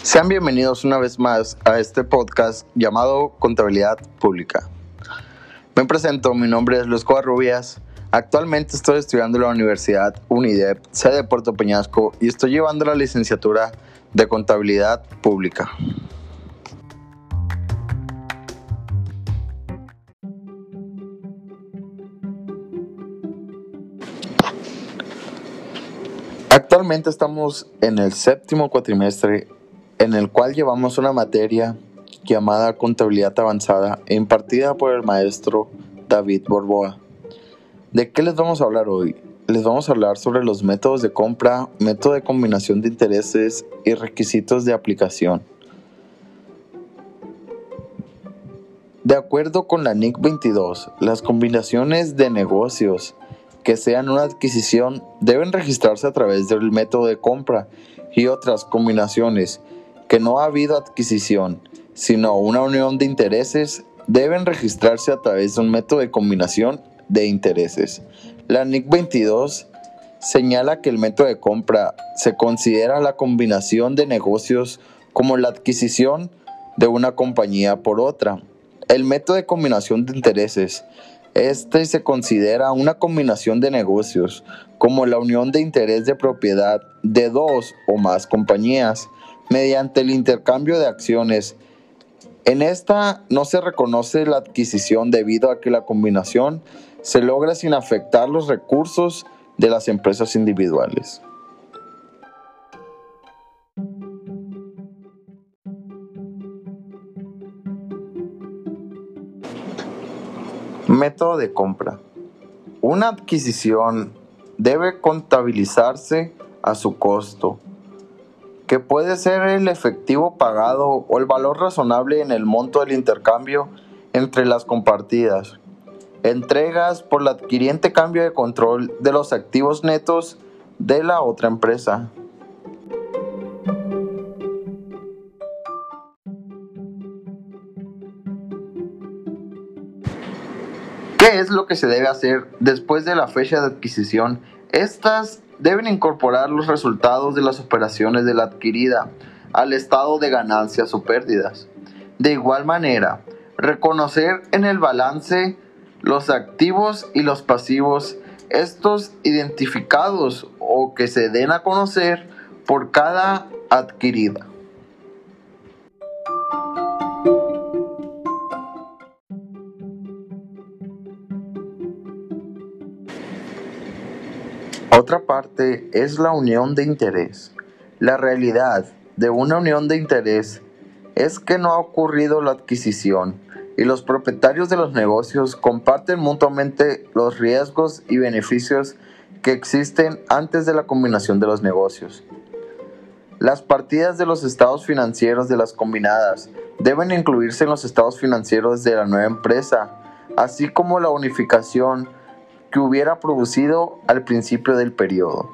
Sean bienvenidos una vez más a este podcast llamado Contabilidad Pública. Me presento, mi nombre es Luis Covarrubias. Actualmente estoy estudiando en la Universidad UNIDEP, sede de Puerto Peñasco, y estoy llevando la licenciatura de Contabilidad Pública. Actualmente estamos en el séptimo cuatrimestre, en el cual llevamos una materia llamada Contabilidad Avanzada, impartida por el maestro David Borboa. ¿De qué les vamos a hablar hoy? Les vamos a hablar sobre los métodos de compra, método de combinación de intereses y requisitos de aplicación. De acuerdo con la NIC 22, las combinaciones de negocios que sean una adquisición deben registrarse a través del método de compra, y otras combinaciones que no ha habido adquisición, sino una unión de intereses, deben registrarse a través de un método de combinación de intereses. La NIC 22 señala que el método de compra se considera la combinación de negocios como la adquisición de una compañía por otra. El método de combinación de intereses se considera una combinación de negocios como la unión de interés de propiedad de dos o más compañías mediante el intercambio de acciones. En esta no se reconoce la adquisición debido a que la combinación se logra sin afectar los recursos de las empresas individuales. Método de compra. Una adquisición debe contabilizarse a su costo, que puede ser el efectivo pagado o el valor razonable en el monto del intercambio entre las compartidas. Entregas por la adquiriente cambio de control de los activos netos de la otra empresa. ¿Qué es lo que se debe hacer después de la fecha de adquisición? Estas deben incorporar los resultados de las operaciones de la adquirida al estado de ganancias o pérdidas. De igual manera, reconocer en el balance los activos y los pasivos, estos identificados o que se den a conocer por cada adquirida. Otra parte es la unión de interés. La realidad de una unión de interés es que no ha ocurrido la adquisición y los propietarios de los negocios comparten mutuamente los riesgos y beneficios que existen antes de la combinación de los negocios. Las partidas de los estados financieros de las combinadas deben incluirse en los estados financieros de la nueva empresa, así como la unificación que hubiera producido al principio del periodo.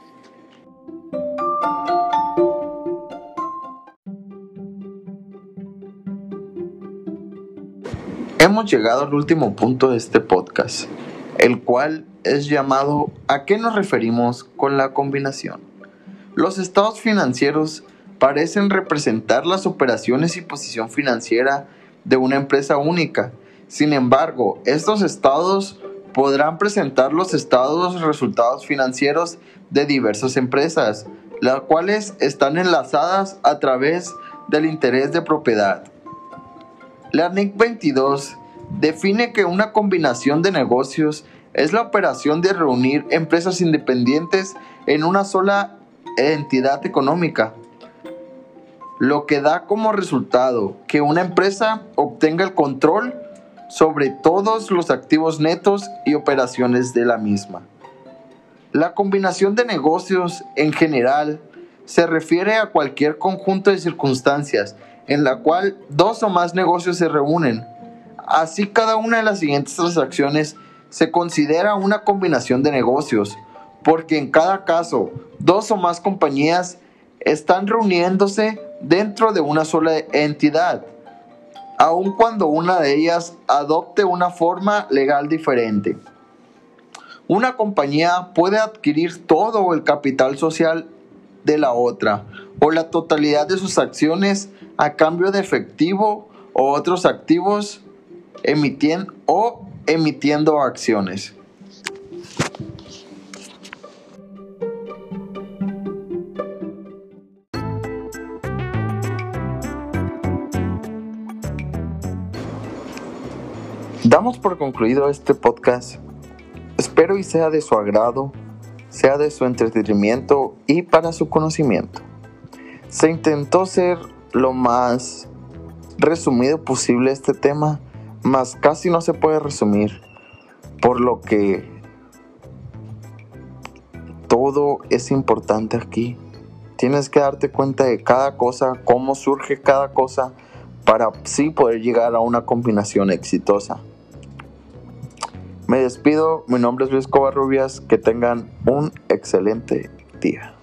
Hemos llegado al último punto de este podcast, el cual es llamado ¿a qué nos referimos con la combinación? Los estados financieros parecen representar las operaciones y posición financiera de una empresa única. Sin embargo, estos estados podrán presentar los estados resultados financieros de diversas empresas, las cuales están enlazadas a través del interés de propiedad. La NIC 22 define que una combinación de negocios es la operación de reunir empresas independientes en una sola entidad económica, lo que da como resultado que una empresa obtenga el control sobre todos los activos netos y operaciones de la misma. La combinación de negocios en general se refiere a cualquier conjunto de circunstancias en la cual dos o más negocios se reúnen. Así, cada una de las siguientes transacciones se considera una combinación de negocios, porque en cada caso dos o más compañías están reuniéndose dentro de una sola entidad, aun cuando una de ellas adopte una forma legal diferente. Una compañía puede adquirir todo el capital social de la otra o la totalidad de sus acciones a cambio de efectivo o otros activos emitiendo acciones. Damos por concluido este podcast. Espero y sea de su agrado, sea de su entretenimiento y para su conocimiento. Se intentó ser lo más resumido posible este tema, mas casi no se puede resumir, por lo que todo es importante aquí. Tienes que darte cuenta de cada cosa, cómo surge cada cosa, para así poder llegar a una combinación exitosa. Me despido, mi nombre es Luis Covarrubias, que tengan un excelente día.